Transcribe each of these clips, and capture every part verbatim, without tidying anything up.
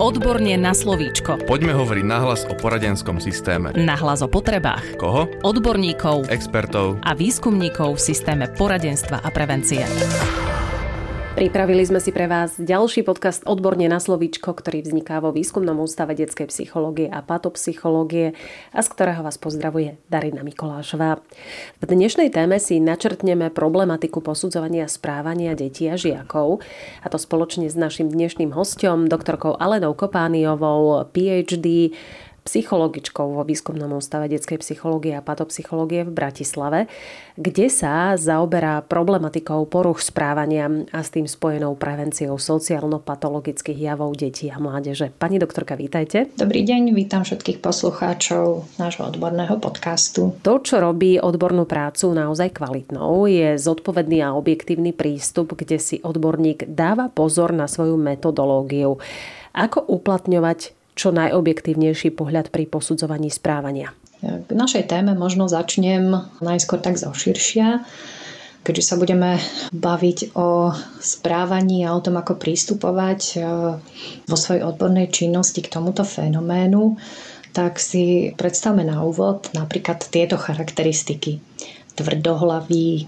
Odborne na slovíčko. Poďme hovoriť nahlas o poradenskom systéme. Nahlas o potrebách. Koho? Odborníkov, expertov a výskumníkov v systéme poradenstva a prevencie. Pripravili sme si pre vás ďalší podcast Odborne na slovíčko, ktorý vzniká vo Výskumnom ústave detskej psychológie a patopsychológie a z ktorého vás pozdravuje Darina Mikolášová. V dnešnej téme si načrtneme problematiku posudzovania správania detí a žiakov, a to spoločne s naším dnešným hosťom, doktorkou Alenou Kopániovou, PhD, psychologičkou vo Výskumnom ústave detskej psychológie a patopsychológie v Bratislave, kde sa zaoberá problematikou poruch správania a s tým spojenou prevenciou sociálno-patologických javov detí a mládeže. Pani doktorka, vítajte. Dobrý deň, vítam všetkých poslucháčov nášho odborného podcastu. To, čo robí odbornú prácu naozaj kvalitnou, je zodpovedný a objektívny prístup, kde si odborník dáva pozor na svoju metodológiu. Ako uplatňovať čo najobjektívnejší pohľad pri posudzovaní správania? K našej téme možno začnem najskôr tak zoširšia, keďže sa budeme baviť o správaní a o tom, ako pristupovať vo svojej odbornej činnosti k tomuto fenoménu, tak si predstavme na úvod napríklad tieto charakteristiky. Tvrdohlavý,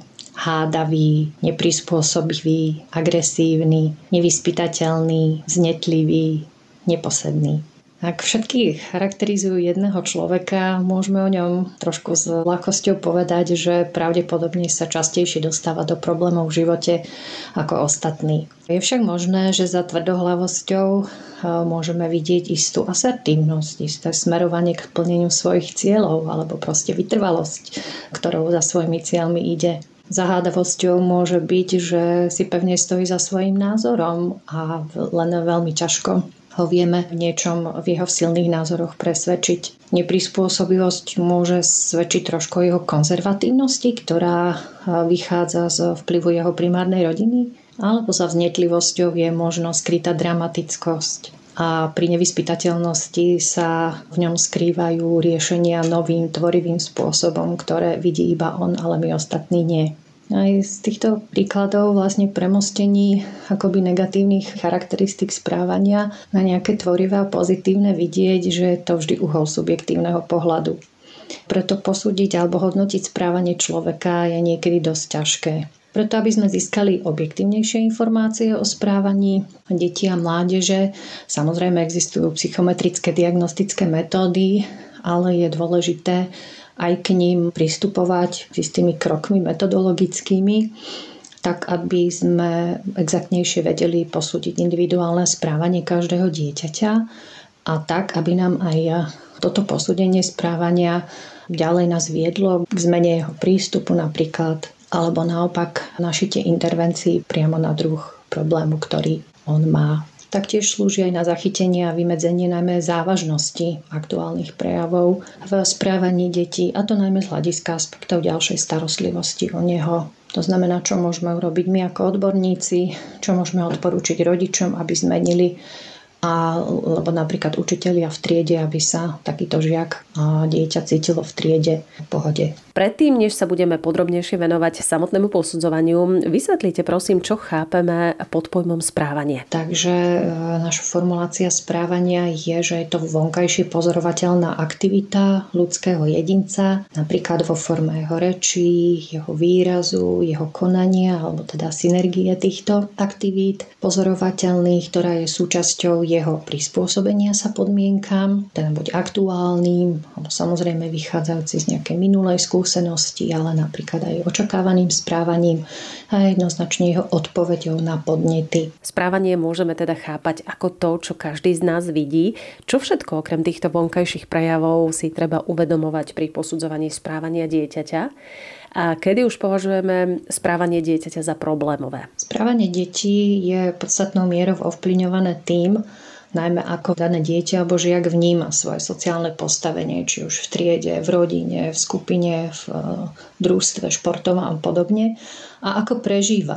hádavý, neprispôsobivý, agresívny, nevyspytateľný, znetlivý, neposedný. Ak všetky charakterizujú jedného človeka, môžeme o ňom trošku s ľahkosťou povedať, že pravdepodobne sa častejšie dostáva do problémov v živote ako ostatní. Je však možné, že za tvrdohlavosťou môžeme vidieť istú asertívnosť, isté smerovanie k plneniu svojich cieľov alebo proste vytrvalosť, ktorou za svojimi cieľmi ide. Zahádavosťou môže byť, že si pevne stojí za svojím názorom a len veľmi ťažko ho vieme v niečom v jeho silných názoroch presvedčiť. Neprispôsobivosť môže svedčiť trošku o jeho konzervatívnosti, ktorá vychádza z vplyvu jeho primárnej rodiny, alebo za vznetlivosťou je možno skrytá dramatickosť. A pri nevyspytateľnosti sa v ňom skrývajú riešenia novým, tvorivým spôsobom, ktoré vidí iba on, ale my ostatní nie. Aj z týchto príkladov vlastne premostení akoby negatívnych charakteristík správania na nejaké tvorivé a pozitívne vidieť, že je to vždy uhol subjektívneho pohľadu. Preto posúdiť alebo hodnotiť správanie človeka je niekedy dosť ťažké. Preto, aby sme získali objektívnejšie informácie o správaní detí a mládeže, samozrejme existujú psychometrické diagnostické metódy, ale je dôležité aj k ním pristupovať s istými krokmi metodologickými, tak aby sme exaktnejšie vedeli posúdiť individuálne správanie každého dieťaťa a tak, aby nám aj toto posúdenie správania ďalej nás viedlo k zmene jeho prístupu napríklad, alebo naopak našite intervencií priamo na druh problému, ktorý on má. Taktiež slúži aj na zachytenie a vymedzenie najmä závažnosti aktuálnych prejavov v správaní detí, a to najmä z hľadiska aspektov ďalšej starostlivosti o neho. To znamená, čo môžeme urobiť my ako odborníci, čo môžeme odporúčiť rodičom, aby zmenili, a, lebo napríklad učitelia v triede, aby sa takýto žiak a dieťa cítilo v triede v pohode. Predtým, než sa budeme podrobnejšie venovať samotnému posudzovaniu, vysvetlite prosím, čo chápeme pod pojmom správanie. Takže e, naša formulácia správania je, že je to vonkajšie pozorovateľná aktivita ľudského jedinca, napríklad vo forme jeho rečí, jeho výrazu, jeho konania, alebo teda synergie týchto aktivít pozorovateľných, ktorá je súčasťou jeho prispôsobenia sa podmienkam, teda buď aktuálnym, alebo samozrejme vychádzajúci z nejakej minulej skúsenosti, ale napríklad aj očakávaným správaním a jednoznačne jeho odpoveďou na podnety. Správanie môžeme teda chápať ako to, čo každý z nás vidí. Čo všetko okrem týchto vonkajších prejavov si treba uvedomovať pri posudzovaní správania dieťaťa? A kedy už považujeme správanie dieťaťa za problémové? Správanie detí je podstatnou mierou ovplyvňované tým, najmä ako dané dieťa alebo žiak vníma svoje sociálne postavenie, či už v triede, v rodine, v skupine, v družstve, športovom a podobne, a ako prežíva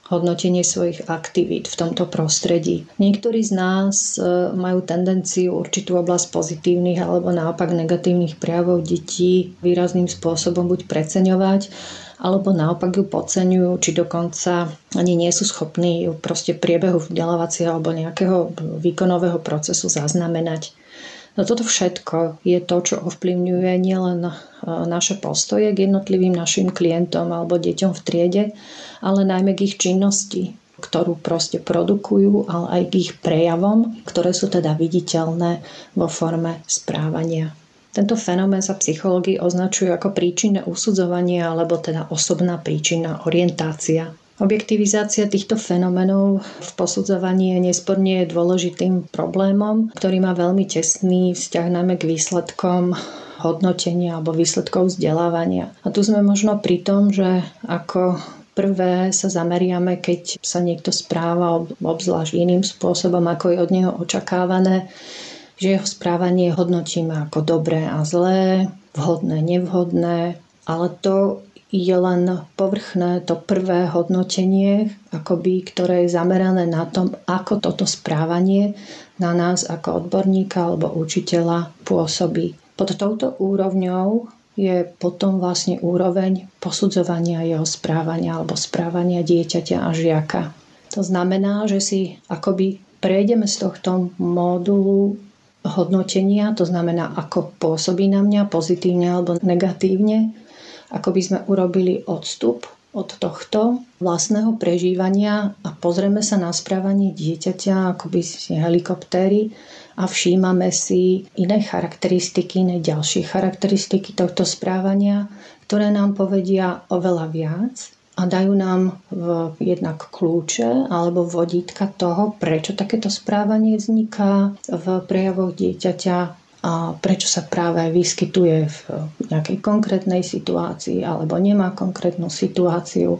hodnotenie svojich aktivít v tomto prostredí. Niektorí z nás majú tendenciu určitú oblasť pozitívnych alebo naopak negatívnych prejavov detí výrazným spôsobom buď preceňovať, alebo naopak ju podceňujú, či dokonca ani nie sú schopní ju proste priebehu vzdelávacieho alebo nejakého výkonového procesu zaznamenať. No toto všetko je to, čo ovplyvňuje nielen naše postoje k jednotlivým našim klientom alebo deťom v triede, ale najmä k ich činnosti, ktorú proste produkujú, ale aj k ich prejavom, ktoré sú teda viditeľné vo forme správania. Tento fenomén sa psychológii označuje ako príčinné usudzovanie alebo teda osobná príčinná orientácia. Objektivizácia týchto fenoménov v posudzovaní je nesporne dôležitým problémom, ktorý má veľmi tesný vzťah najmä k výsledkom hodnotenia alebo výsledkov vzdelávania. A tu sme možno pri tom, že ako prvé sa zameriame, keď sa niekto správa obzvlášť iným spôsobom, ako je od neho očakávané, že jeho správanie hodnotíme ako dobré a zlé, vhodné, nevhodné, ale to je len povrchné, to prvé hodnotenie, akoby, ktoré je zamerané na tom, ako toto správanie na nás ako odborníka alebo učiteľa pôsobí. Pod touto úrovňou je potom vlastne úroveň posudzovania jeho správania alebo správania dieťaťa a žiaka. To znamená, že si akoby prejdeme z tohto módulu hodnotenia, to znamená, ako pôsobí na mňa pozitívne alebo negatívne, ako by sme urobili odstup od tohto vlastného prežívania a pozrieme sa na správanie dieťaťa akoby z helikoptéry a všímame si iné charakteristiky, iné ďalšie charakteristiky tohto správania, ktoré nám povedia oveľa viac a dajú nám v, jednak kľúče alebo vodítka toho, prečo takéto správanie vzniká v prejavoch dieťaťa a prečo sa práve vyskytuje v nejakej konkrétnej situácii alebo nemá konkrétnu situáciu,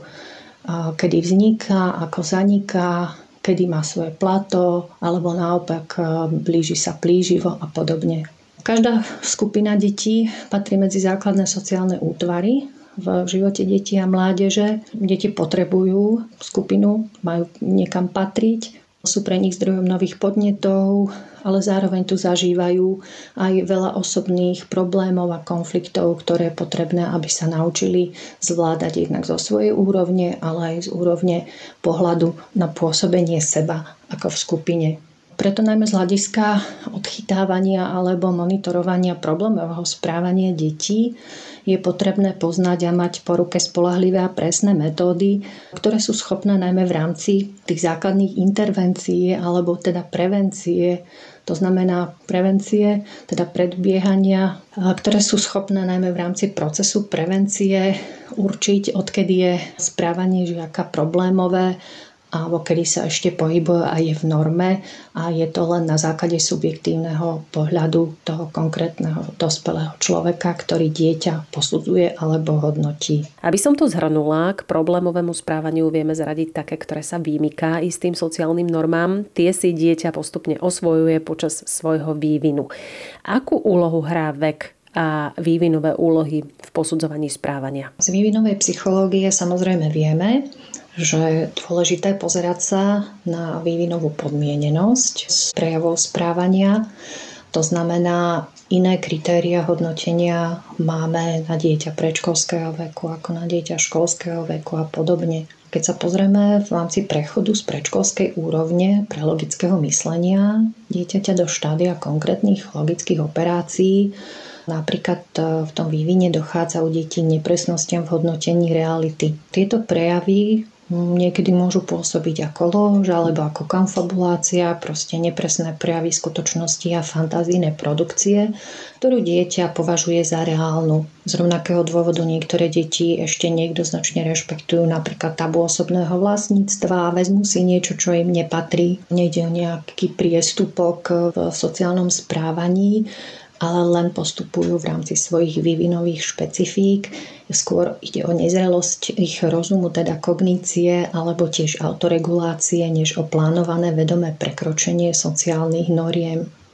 kedy vzniká, ako zaniká, kedy má svoje plato alebo naopak blíži sa plíživo a podobne. Každá skupina detí patrí medzi základné sociálne útvary v živote detí a mládeže. Deti potrebujú skupinu, majú niekam patriť, sú pre nich zdrojom nových podnetov, ale zároveň tu zažívajú aj veľa osobných problémov a konfliktov, ktoré je potrebné, aby sa naučili zvládať jednak zo svojej úrovne, ale aj z úrovne pohľadu na pôsobenie seba ako v skupine. Preto najmä z hľadiska odchytávania alebo monitorovania problémového správania detí je potrebné poznať a mať po ruke spoľahlivé a presné metódy, ktoré sú schopné najmä v rámci tých základných intervencií alebo teda prevencie, to znamená prevencie, teda predbiehania, ktoré sú schopné najmä v rámci procesu prevencie určiť, odkedy je správanie žiaka problémové alebo kedy sa ešte pohybuje a je v norme a je to len na základe subjektívneho pohľadu toho konkrétneho dospelého človeka, ktorý dieťa posudzuje alebo hodnotí. Aby som to zhrnula, k problémovému správaniu vieme zaradiť také, ktoré sa vymyká istým sociálnym normám. Tie si dieťa postupne osvojuje počas svojho vývinu. Akú úlohu hrá vek a vývinové úlohy v posudzovaní správania? Z vývinovej psychológie samozrejme vieme, že je dôležité pozerať sa na vývinovú podmienenosť z prejavov správania. To znamená, iné kritéria hodnotenia máme na dieťa predškolského veku ako na dieťa školského veku a podobne. Keď sa pozrieme v rámci prechodu z predškolskej úrovne pre logického myslenia dieťaťa do štádia konkrétnych logických operácií, napríklad v tom vývine dochádza u detí k nepresnostiam v hodnotení reality. Tieto prejavy niekedy môžu pôsobiť ako lož alebo ako konfabulácia, proste nepresné prejavy skutočnosti a fantazijné produkcie, ktorú dieťa považuje za reálnu. Z rovnakého dôvodu niektoré deti ešte nejednoznačne rešpektujú napríklad tabu osobného vlastníctva a vezmú si niečo, čo im nepatrí. Nejde o nejaký priestupok v sociálnom správaní, ale len postupujú v rámci svojich vývinových špecifík. Skôr ide o nezrelosť ich rozumu, teda kognície, alebo tiež autoregulácie, než o plánované vedomé prekročenie sociálnych noriem.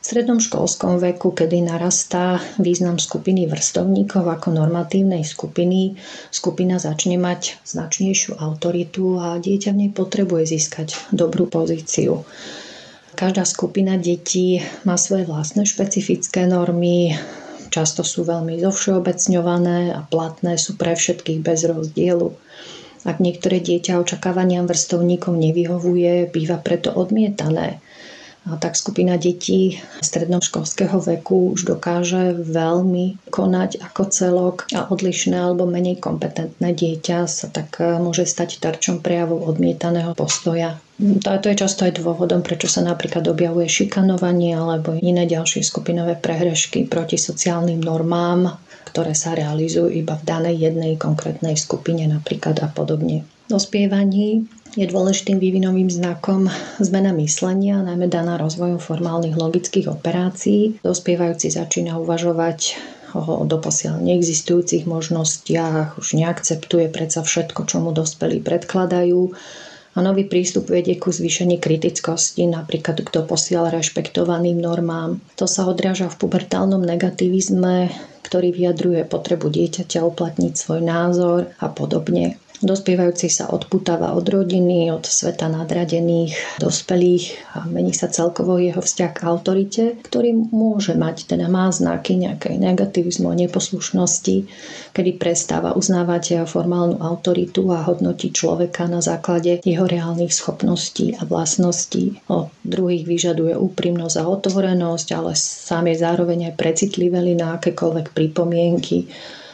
V strednom školskom veku, kedy narastá význam skupiny vrstovníkov ako normatívnej skupiny, skupina začne mať značnejšiu autoritu a dieťa v nej potrebuje získať dobrú pozíciu. Každá skupina detí má svoje vlastné špecifické normy, často sú veľmi zovšeobecňované a platné sú pre všetkých bez rozdielu. Ak niektoré dieťa očakávaniam vrstovníkov nevyhovuje, býva preto odmietané. A tak skupina detí strednoškolského veku už dokáže veľmi konať ako celok a odlišné alebo menej kompetentné dieťa sa tak môže stať terčom prejavov odmietaného postoja. To je často aj dôvodom, prečo sa napríklad objavuje šikanovanie alebo iné ďalšie skupinové prehrešky proti sociálnym normám, ktoré sa realizujú iba v danej jednej konkrétnej skupine napríklad a podobne. V dospievaní je dôležitým vývinovým znakom zmena myslenia, najmä daná rozvojom formálnych logických operácií. Dospievajúci začína uvažovať o doposiaľ neexistujúcich možnostiach, už neakceptuje predsa všetko, čo mu dospelí predkladajú. A nový prístup vedie ku zvýšení kritickosti, napríklad k doposiaľ rešpektovaným normám. To sa odráža v pubertálnom negativizme, ktorý vyjadruje potrebu dieťaťa uplatniť svoj názor a podobne. Dospievajúci sa odputáva od rodiny, od sveta nadradených, dospelých a mení sa celkovo jeho vzťah k autorite, ktorý môže mať, teda má znaky nejakej negativizmu a neposlušnosti, kedy prestáva uznávať formálnu autoritu a hodnotí človeka na základe jeho reálnych schopností a vlastností. Od druhých vyžaduje úprimnosť a otvorenosť, ale sám je zároveň aj precitlivelý na akékoľvek pripomienky,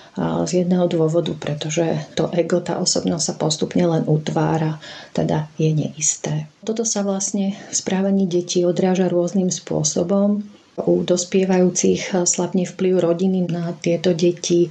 z jedného dôvodu, pretože to ego, tá osobnosť sa postupne len utvára, teda je neisté. Toto sa vlastne v správaní detí odráža rôznym spôsobom. U dospievajúcich slabne vplyv rodiny na tieto deti,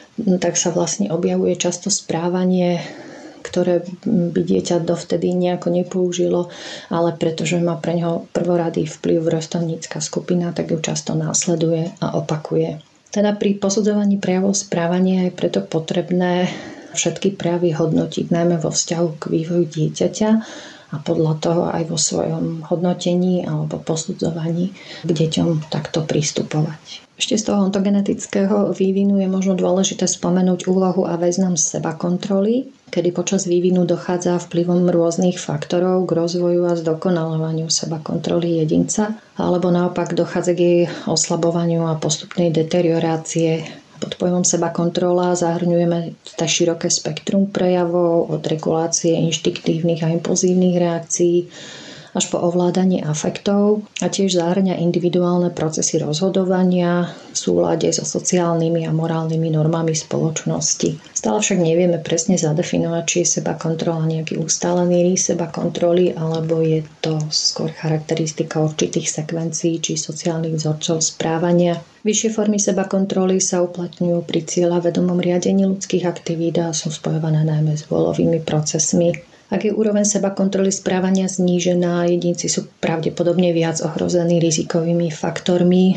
tak sa vlastne objavuje často správanie, ktoré by dieťa dovtedy nejako nepoužilo, ale pretože má pre ňoho prvoradý vplyv vrstovnícka skupina, tak ju často následuje a opakuje. Teda pri posudzovaní prejavov správania je preto potrebné všetky prejavy hodnotiť, najmä vo vzťahu k vývoju dieťaťa a podľa toho aj vo svojom hodnotení alebo posudzovaní k deťom takto pristupovať. Ešte z toho ontogenetického vývinu je možno dôležité spomenúť úlohu a význam sebakontroly, kedy počas vývinu dochádza vplyvom rôznych faktorov k rozvoju a zdokonaľovaniu sebakontroly jedinca, alebo naopak dochádza k jej oslabovaniu a postupnej deteriorácie. Pod pojmom sebakontrola zahrňujeme tá široké spektrum prejavov od regulácie inštiktívnych a impulzívnych reakcií až po ovládanie afektov a tiež zahŕňa individuálne procesy rozhodovania v súlade so sociálnymi a morálnymi normami spoločnosti. Stále však nevieme presne zadefinovať, či je sebakontrola nejaký ustálený rys sebakontroly, alebo je to skôr charakteristika určitých sekvencií či sociálnych vzorcov správania. Vyššie formy sebakontroly sa uplatňujú pri cieľavedomom riadení ľudských aktivít a sú spojované najmä s vôľovými procesmi. Ak je úroveň sebakontroly správania znížená, jedinci sú pravdepodobne viac ohrození rizikovými faktormi,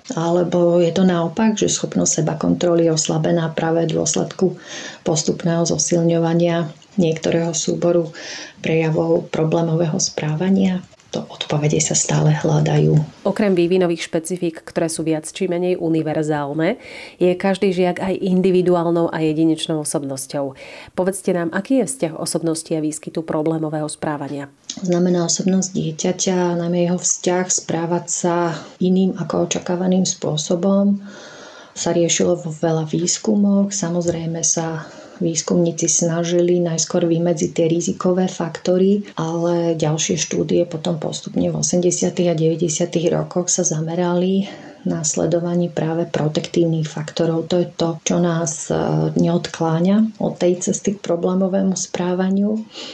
alebo je to naopak, že schopnosť sebakontroly je oslabená práve v dôsledku postupného zosilňovania niektorého súboru prejavov problémového správania. To odpovede sa stále hľadajú. Okrem vývinových špecifík, ktoré sú viac či menej univerzálne, je každý žiak aj individuálnou a jedinečnou osobnosťou. Povedzte nám, aký je vzťah osobnosti a výskytu problémového správania? Znamená osobnosť dieťaťa, najmä jeho vzťah správať sa iným ako očakávaným spôsobom, sa riešilo vo veľa výskumoch. Samozrejme sa výskumníci snažili najskôr vymedziť tie rizikové faktory, ale ďalšie štúdie potom postupne v osemdesiatych a deväťdesiatych rokoch sa zamerali na sledovanie práve protektívnych faktorov. To je to, čo nás neodkláňa od tej cesty k problémovému správaniu.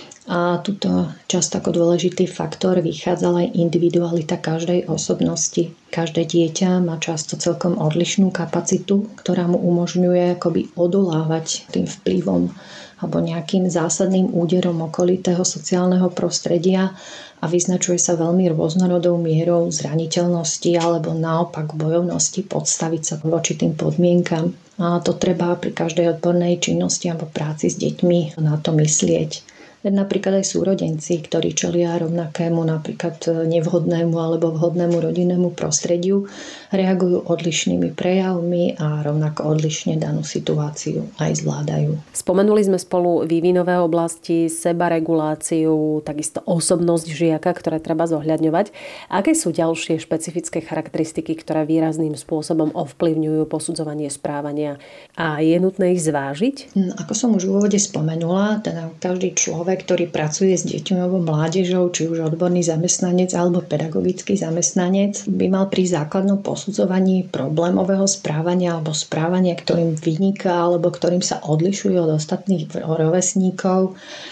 A tuto často ako dôležitý faktor vychádzala aj individualita každej osobnosti. Každé dieťa má často celkom odlišnú kapacitu, ktorá mu umožňuje akoby odolávať tým vplyvom alebo nejakým zásadným úderom okolitého sociálneho prostredia a vyznačuje sa veľmi rôznorodou mierou zraniteľnosti alebo naopak bojovnosti podstaviť sa voči tým podmienkam. A to treba pri každej odbornej činnosti alebo práci s deťmi na to myslieť. Napríklad aj súrodenci, ktorí čelia rovnakému napríklad nevhodnému alebo vhodnému rodinnému prostrediu, reagujú odlišnými prejavmi a rovnako odlišne danú situáciu aj zvládajú. Spomenuli sme spolu vývinové oblasti, sebareguláciu, takisto osobnosť žiaka, ktoré treba zohľadňovať. Aké sú ďalšie špecifické charakteristiky, ktoré výrazným spôsobom ovplyvňujú posudzovanie správania a je nutné ich zvážiť? Ako som už v úvode spomenula, teda každý človek, ktorý pracuje s deťmi alebo mládežou, či už odborný zamestnanec alebo pedagogický zamestnanec, by mal pri základnom posudzovaní problémového správania alebo správania, ktorým vyniká alebo ktorým sa odlišuje od ostatných rovesníkov,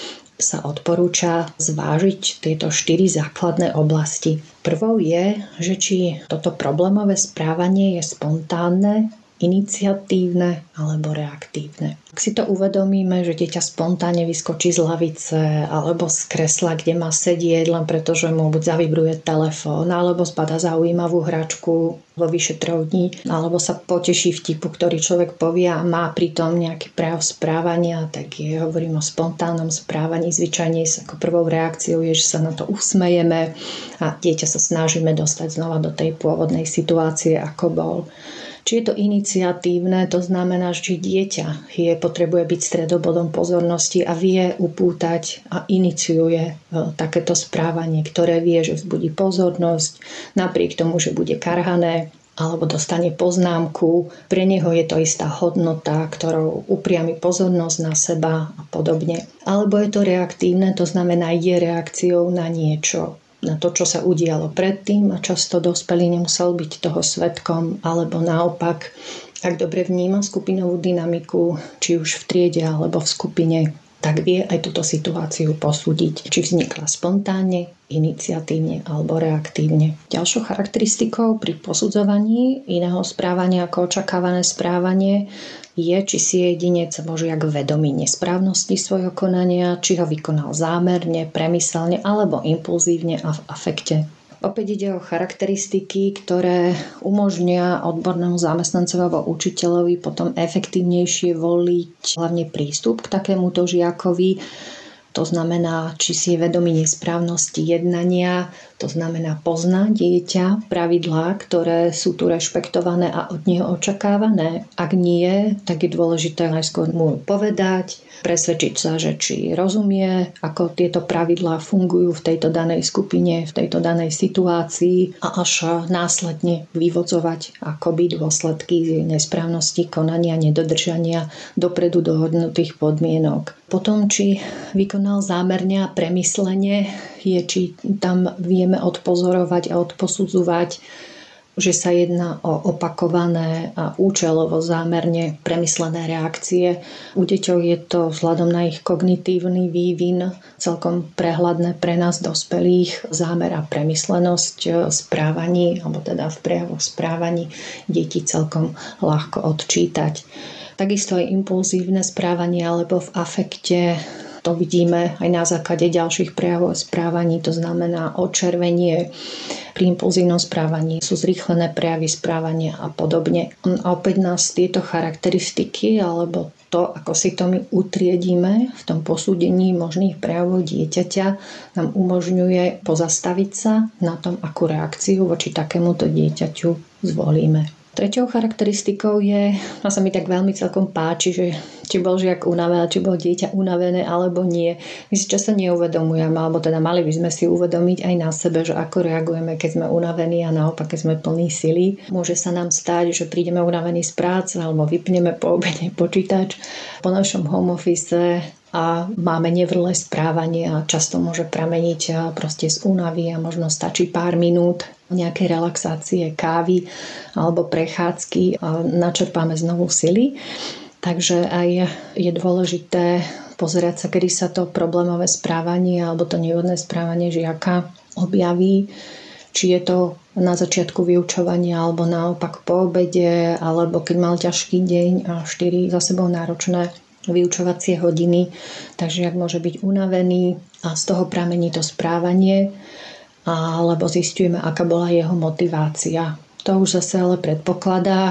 sa odporúča zvážiť tieto štyri základné oblasti. Prvou je, že či toto problémové správanie je spontánne, iniciatívne alebo reaktívne. Ak si to uvedomíme, že dieťa spontánne vyskočí z lavice alebo z kresla, kde má sedieť, len preto, že mu buď zavibruje telefón, alebo zbada zaujímavú hračku vo vyše troch dní, alebo sa poteší vtipu, ktorý človek povie a má pritom nejaký prejav správania, tak je, hovorím o spontánnom správaní. Zvyčajne ako prvou reakciou je, že sa na to usmejeme a dieťa sa snažíme dostať znova do tej pôvodnej situácie, ako bol. Či je to iniciatívne, to znamená, že dieťa je, potrebuje byť stredobodom pozornosti a vie upútať a iniciuje takéto správanie, ktoré vie, že vzbudí pozornosť, napriek tomu, že bude karhané alebo dostane poznámku. Pre neho je to istá hodnota, ktorou upriami pozornosť na seba a podobne. Alebo je to reaktívne, to znamená, je reakciou na niečo, na to, čo sa udialo predtým a často dospelý nemusel byť toho svedkom, alebo naopak, ak dobre vníma skupinovú dynamiku, či už v triede alebo v skupine, tak vie aj túto situáciu posúdiť, či vznikla spontánne, iniciatívne alebo reaktívne. Ďalšou charakteristikou pri posudzovaní iného správania ako očakávané správanie je, či si jedinec môže jak vedomý nesprávnosti svojho konania, či ho vykonal zámerne, premyselne alebo impulzívne a v afekte. Opäť ide o charakteristiky, ktoré umožnia odbornému zamestnancovi alebo učiteľovi potom efektívnejšie voliť hlavne prístup k takémuto žiakovi. To znamená, či si je vedomý nesprávnosti jednania, to znamená pozná dieťa pravidlá, ktoré sú tu rešpektované a od neho očakávané. Ak nie, tak je dôležité najskôr mu povedať, presvedčiť sa, že či rozumie, ako tieto pravidlá fungujú v tejto danej skupine, v tejto danej situácii a až následne vyvodzovať akoby dôsledky z nesprávnosti konania, nedodržania dopredu dohodnutých podmienok. Potom, či vykonal zámerne a premyslenie, je, či tam vieme odpozorovať a odposudzovať, že sa jedná o opakované a účelovo zámerne premyslené reakcie. U deťov je to vzhľadom na ich kognitívny vývin celkom prehľadné pre nás dospelých. Zámer a premyslenosť správaní, alebo teda v prejavoch správaní detí celkom ľahko odčítať. Takisto aj impulzívne správanie alebo v afekte, to vidíme aj na základe ďalších prejavov správaní, to znamená očervenie. Pri impulzívnom správaní sú zrýchlené prejavy správania a podobne. A opäť nás tieto charakteristiky alebo to, ako si to my utriedíme v tom posúdení možných prejavov dieťaťa, nám umožňuje pozastaviť sa na tom, akú reakciu voči takémuto dieťaťu zvolíme. Treťou charakteristikou je, a sa mi tak veľmi celkom páči, že či bol žiak unavený, či bol dieťa unavené alebo nie. My si často neuvedomujeme, alebo teda mali by sme si uvedomiť aj na sebe, že ako reagujeme, keď sme unavení a naopak, keď sme plní sily. Môže sa nám stať, že prídeme unavení z práce alebo vypneme po obede počítač po našom home office a máme nevrlé správanie a často môže prameniť proste z únavy a možno stačí pár minút nejakej relaxácie, kávy alebo prechádzky a načerpáme znovu sily. Takže aj je dôležité pozerať sa, kedy sa to problémové správanie alebo to nevhodné správanie žiaka objaví, či je to na začiatku vyučovania alebo naopak po obede, alebo keď mal ťažký deň a štyri za sebou náročné vyučovacie hodiny, takže ak môže byť unavený a z toho pramení to správanie, alebo zisťujeme, aká bola jeho motivácia. To už zase ale predpokladá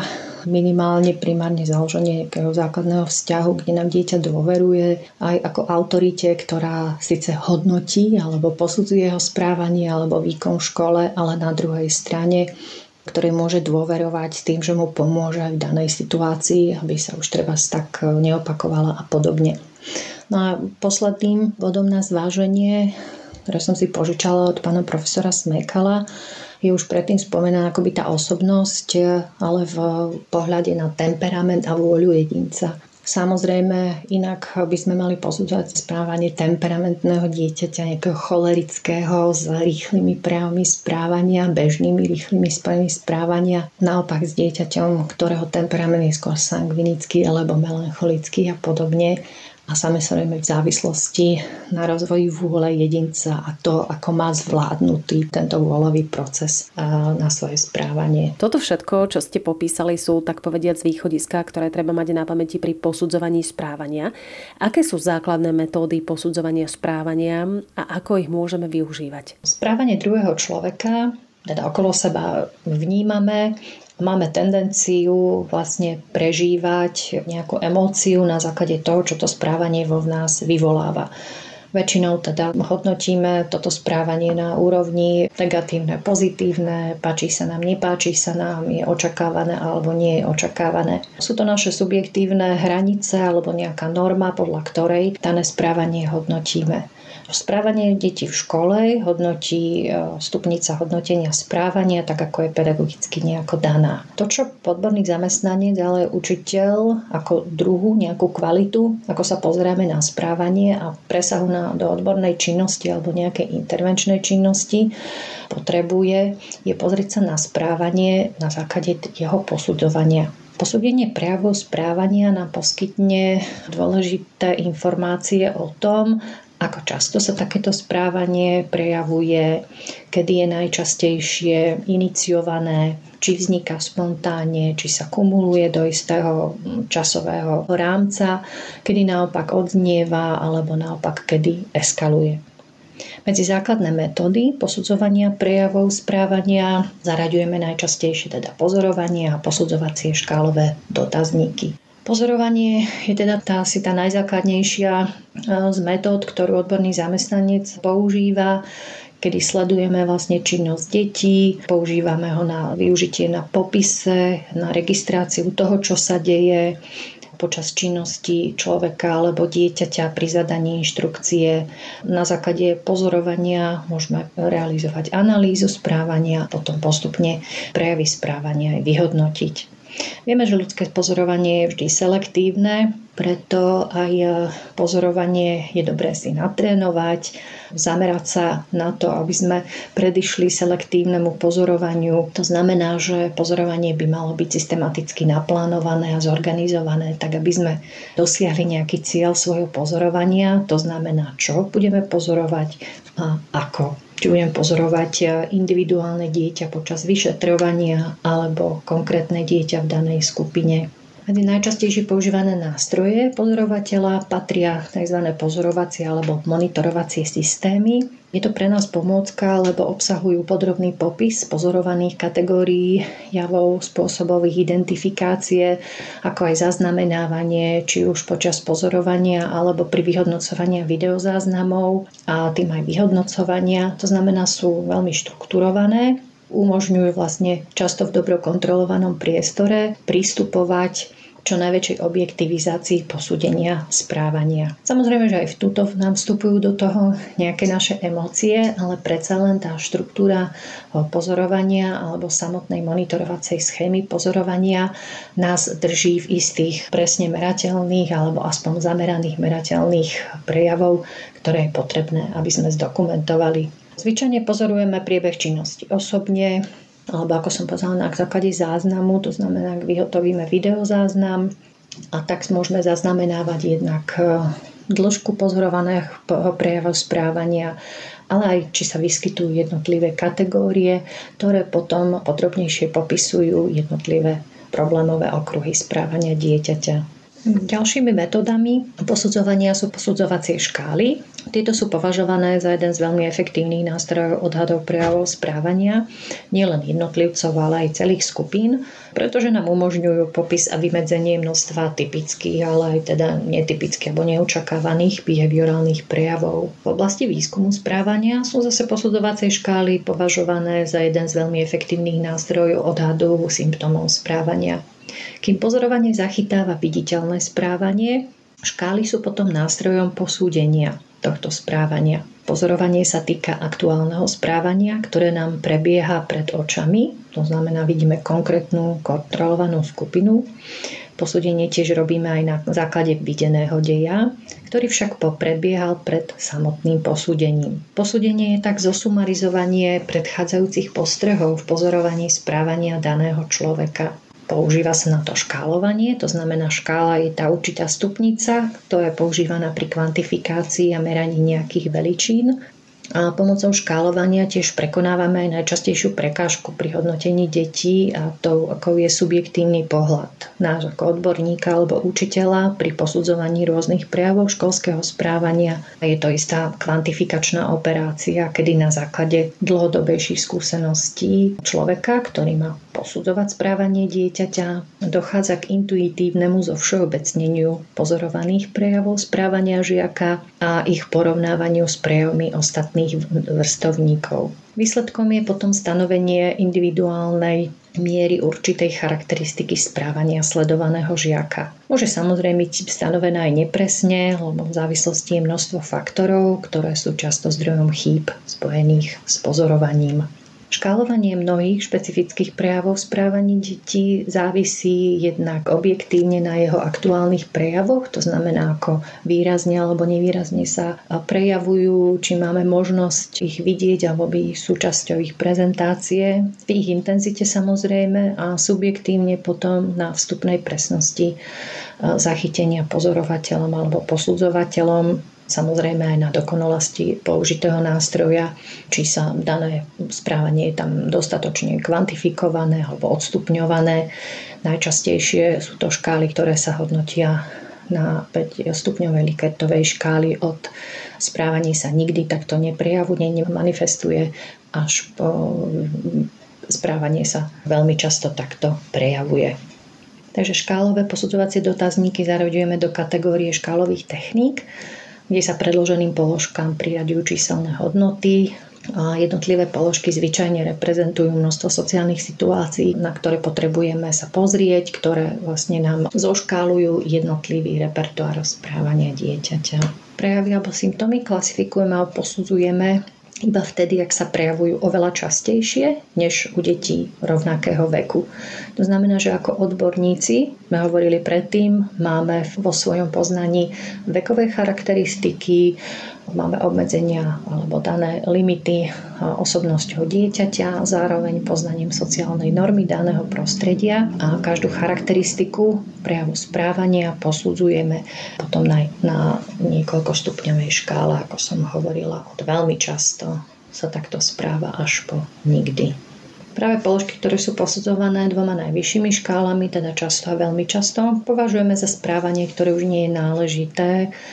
minimálne primárne založenie nejakého základného vzťahu, kde nám dieťa dôveruje aj ako autorite, ktorá síce hodnotí alebo posudzuje jeho správanie alebo výkon v škole, ale na druhej strane ktoré môže dôverovať tým, že mu pomôže aj v danej situácii, aby sa už treba tak neopakovala a podobne. No a posledným bodom na zváženie, ktoré som si požičala od pána profesora Smekala, je už predtým spomenaná akoby tá osobnosť, ale v pohľade na temperament a vôľu jedinca. Samozrejme, inak by sme mali posudzovať správanie temperamentného dieťaťa, nejakého cholerického s rýchlymi prejavmi správania, bežnými rýchlymi správami správania. Naopak s dieťaťom, ktorého temperament je skôr sangvinický alebo melancholický a podobne. A samozrejme v závislosti na rozvoji vôle jedinca a to, ako má zvládnutý tento vôľový proces na svoje správanie. Toto všetko, čo ste popísali, sú tak povediac východiská, ktoré treba mať na pamäti pri posudzovaní správania. Aké sú základné metódy posudzovania správania a ako ich môžeme využívať? Správanie druhého človeka, teda okolo seba vnímame, máme tendenciu vlastne prežívať nejakú emóciu na základe toho, čo to správanie vo nás vyvoláva. Väčšinou teda hodnotíme toto správanie na úrovni negatívne, pozitívne, páči sa nám, nepáči sa nám, je očakávané alebo nie je očakávané. Sú to naše subjektívne hranice alebo nejaká norma, podľa ktorej dané správanie hodnotíme. Správanie detí v škole hodnotí stupnica hodnotenia správania, tak ako je pedagogicky nejako daná. To, čo odborný zamestnanec, ale učiteľ ako druhú nejakú kvalitu, ako sa pozeráme na správanie a presahu na, do odbornej činnosti alebo nejakej intervenčnej činnosti potrebuje, je pozrieť sa na správanie na základe jeho posudzovania. Posúdenie prejavov správania nám poskytne dôležité informácie o tom, ako často sa takéto správanie prejavuje, kedy je najčastejšie iniciované, či vzniká spontánne, či sa kumuluje do istého časového rámca, kedy naopak odznieva, alebo naopak kedy eskaluje. Medzi základné metódy posudzovania prejavov správania zaraďujeme najčastejšie teda pozorovanie a posudzovacie škálové dotazníky. Pozorovanie je teda tá, asi tá najzákladnejšia z metód, ktorú odborný zamestnanec používa, kedy sledujeme vlastne činnosť detí, používame ho na využitie na popise, na registráciu toho, čo sa deje počas činnosti človeka alebo dieťaťa pri zadaní inštrukcie. Na základe pozorovania môžeme realizovať analýzu správania, potom postupne prejavy správania aj vyhodnotiť. Vieme, že ľudské pozorovanie je vždy selektívne, preto aj pozorovanie je dobré si natrénovať, zamerať sa na to, aby sme predišli selektívnemu pozorovaniu. To znamená, že pozorovanie by malo byť systematicky naplánované a zorganizované, tak aby sme dosiahli nejaký cieľ svojho pozorovania. To znamená, čo budeme pozorovať a ako. Či budem pozorovať individuálne dieťa počas vyšetrovania alebo konkrétne dieťa v danej skupine. Medzi najčastejšie používané nástroje pozorovateľa patria tzv. Pozorovacie alebo monitorovacie systémy. Je to pre nás pomôcka, lebo obsahujú podrobný popis pozorovaných kategórií javov, spôsobov ich identifikácie, ako aj zaznamenávanie, či už počas pozorovania alebo pri vyhodnocovaní videozáznamov a tým aj vyhodnocovania. To znamená, sú veľmi štrukturované, umožňujú vlastne často v dobro kontrolovanom priestore pristupovať čo najväčšej objektivizácii posúdenia správania. Samozrejme, že aj v túto nám vstupujú do toho nejaké naše emócie, ale predsa len tá štruktúra pozorovania alebo samotnej monitorovacej schémy pozorovania nás drží v istých presne merateľných alebo aspoň zameraných merateľných prejavov, ktoré je potrebné, aby sme zdokumentovali. Zvyčajne pozorujeme priebeh činnosti osobne, alebo ako som povedala, na základe záznamu, to znamená, ak vyhotovíme videozáznam a tak môžeme zaznamenávať jednak dĺžku pozorovaného prejavu správania, ale aj či sa vyskytujú jednotlivé kategórie, ktoré potom podrobnejšie popisujú jednotlivé problémové okruhy správania dieťaťa. Ďalšími metódami posudzovania sú posudzovacie škály. Tieto sú považované za jeden z veľmi efektívnych nástrojov odhadov prejavov správania nielen jednotlivcov, ale aj celých skupín, pretože nám umožňujú popis a vymedzenie množstva typických, ale aj teda netypických alebo neočakávaných behaviorálnych prejavov. V oblasti výskumu správania sú zase posudzovacie škály považované za jeden z veľmi efektívnych nástrojov odhadu symptómov správania. Kým pozorovanie zachytáva viditeľné správanie, škály sú potom nástrojom posúdenia tohto správania. Pozorovanie sa týka aktuálneho správania, ktoré nám prebieha pred očami, to znamená, vidíme konkrétnu kontrolovanú skupinu. Posúdenie tiež robíme aj na základe videného deja, ktorý však poprebiehal pred samotným posúdením. Posúdenie je tak zosumarizovanie predchádzajúcich postrehov v pozorovaní správania daného človeka. Používa sa na to škálovanie, to znamená, škála je tá určitá stupnica, ktorá je používaná pri kvantifikácii a meraní nejakých veličín. A pomocou škálovania tiež prekonávame aj najčastejšiu prekážku pri hodnotení detí a to, ako je subjektívny pohľad náš ako odborníka alebo učiteľa pri posudzovaní rôznych prejavov školského správania. A je to istá kvantifikačná operácia, kedy na základe dlhodobejších skúseností človeka, ktorý má posudzovať správanie dieťaťa, dochádza k intuitívnemu zovšeobecneniu pozorovaných prejavov správania žiaka a ich porovnávaniu s prejavmi ostatných vrstovníkov. Výsledkom je potom stanovenie individuálnej miery určitej charakteristiky správania sledovaného žiaka. Môže samozrejme byť stanovená aj nepresne, lebo v závislosti je množstvo faktorov, ktoré sú často zdrojom chýb spojených s pozorovaním. Škálovanie mnohých špecifických prejavov správaní detí závisí jednak objektívne na jeho aktuálnych prejavoch, to znamená, ako výrazne alebo nevýrazne sa prejavujú, či máme možnosť ich vidieť alebo byť súčasťou ich prezentácie, v ich intenzite samozrejme a subjektívne potom na vstupnej presnosti zachytenia pozorovateľom alebo posudzovateľom. Samozrejme aj na dokonalosti použitého nástroja, či sa dané správanie je tam dostatočne kvantifikované alebo odstupňované. Najčastejšie sú to škály, ktoré sa hodnotia na päťstupňovej Likkertovej škály od správanie sa nikdy takto neprejavuje, nemanifestuje až po správanie sa veľmi často takto prejavuje. Takže škálové posudzovacie dotazníky zaraďujeme do kategórie škálových techník, kde sa predloženým položkám priraďujú číselné hodnoty a jednotlivé položky zvyčajne reprezentujú množstvo sociálnych situácií, na ktoré potrebujeme sa pozrieť, ktoré vlastne nám zoškálujú jednotlivý repertoár správania dieťaťa. Prejavy alebo symptómy klasifikujeme a posudzujeme iba vtedy, ak sa prejavujú oveľa častejšie než u detí rovnakého veku. To znamená, že ako odborníci, sme hovorili predtým, máme vo svojom poznaní vekové charakteristiky, máme obmedzenia alebo dané limity osobnosťou dieťaťa, zároveň poznaním sociálnej normy daného prostredia a každú charakteristiku prejavu správania posudzujeme potom na, na niekoľko stupňovej škále, ako som hovorila, od veľmi často sa takto správa až po nikdy. Práve položky, ktoré sú posudzované dvoma najvyššími škálami, teda často a veľmi často, považujeme za správanie, ktoré už nie je náležité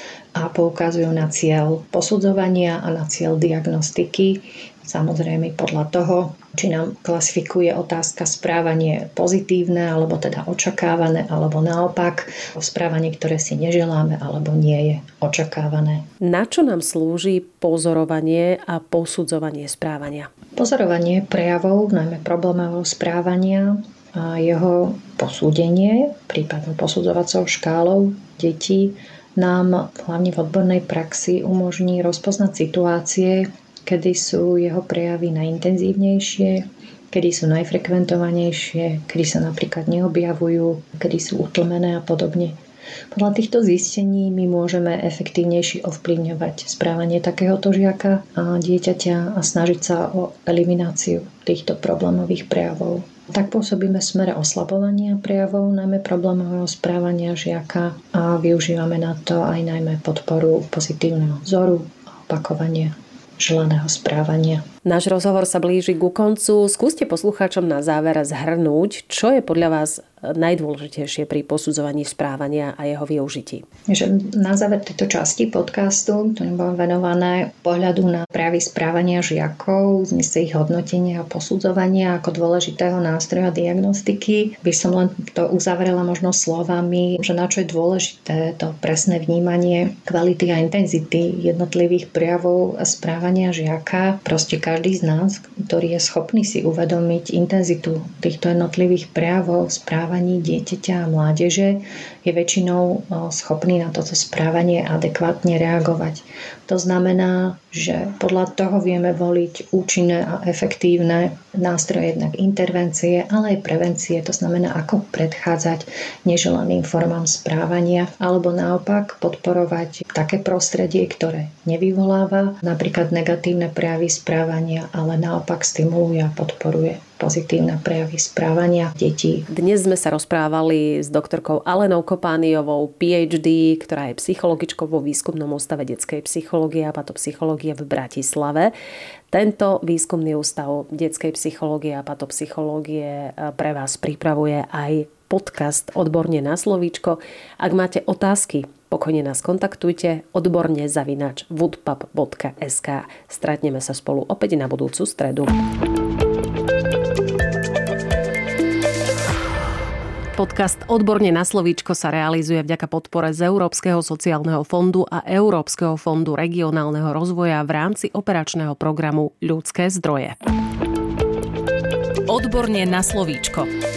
a poukazujú na cieľ posudzovania a na cieľ diagnostiky. Samozrejme podľa toho, či nám klasifikuje otázka správanie pozitívne, alebo teda očakávané, alebo naopak správanie, ktoré si neželáme, alebo nie je očakávané. Na čo nám slúži pozorovanie a posudzovanie správania? Pozorovanie prejavov, najmä problémov správania a jeho posúdenie, prípadne posudzovacou škálou detí, nám hlavne v odbornej praxi umožní rozpoznať situácie, kedy sú jeho prejavy najintenzívnejšie, kedy sú najfrekventovanejšie, kedy sa napríklad neobjavujú, kedy sú utlmené a podobne. Podľa týchto zistení my môžeme efektívnejšie ovplyvňovať správanie takéhoto žiaka a dieťaťa a snažiť sa o elimináciu týchto problémových prejavov. Tak pôsobíme v smere oslabovania prejavov, najmä problémového správania žiaka a využívame na to aj najmä podporu pozitívneho vzoru a opakovanie želaného správania. Náš rozhovor sa blíži ku koncu. Skúste poslucháčom na záver zhrnúť, čo je podľa vás najdôležitejšie pri posudzovaní správania a jeho využití. Že na záver tejto časti podcastu, ktoré bolo venované pohľadu na prejavy správania žiakov, v zmysle ich hodnotenia a posudzovania ako dôležitého nástroja diagnostiky, by som len to uzavrela možno slovami, že na čo je dôležité to presné vnímanie kvality a intenzity jednotlivých prejavov správania žiaka. Proste každý z nás, ktorý je schopný si uvedomiť intenzitu týchto jednotlivých prejavov správania dieťaťa a mládeže, je väčšinou schopný na toto správanie adekvátne reagovať. To znamená, že podľa toho vieme voliť účinné a efektívne nástroje jednak intervencie, ale aj prevencie. To znamená, ako predchádzať neželaným formám správania, alebo naopak podporovať také prostredie, ktoré nevyvoláva napríklad negatívne prejavy správania, ale naopak stimuluje a podporuje pozitívne prejavy správania detí. Dnes sme sa rozprávali s doktorkou Alenou Kopániovou, PhD, ktorá je psychologičkou vo Výskumnom ústave detskej psychológie a patopsychológie v Bratislave. Tento výskumný ústav detskej psychológie a patopsychológie pre vás pripravuje aj podcast Odborne na slovíčko. Ak máte otázky, pokojne nás kontaktujte odborne zavináč woodpub bodka es ká. Stretneme sa spolu opäť na budúcu stredu. Podcast Odborne na slovíčko sa realizuje vďaka podpore z Európskeho sociálneho fondu a Európskeho fondu regionálneho rozvoja v rámci operačného programu Ľudské zdroje. Odborne na slovíčko.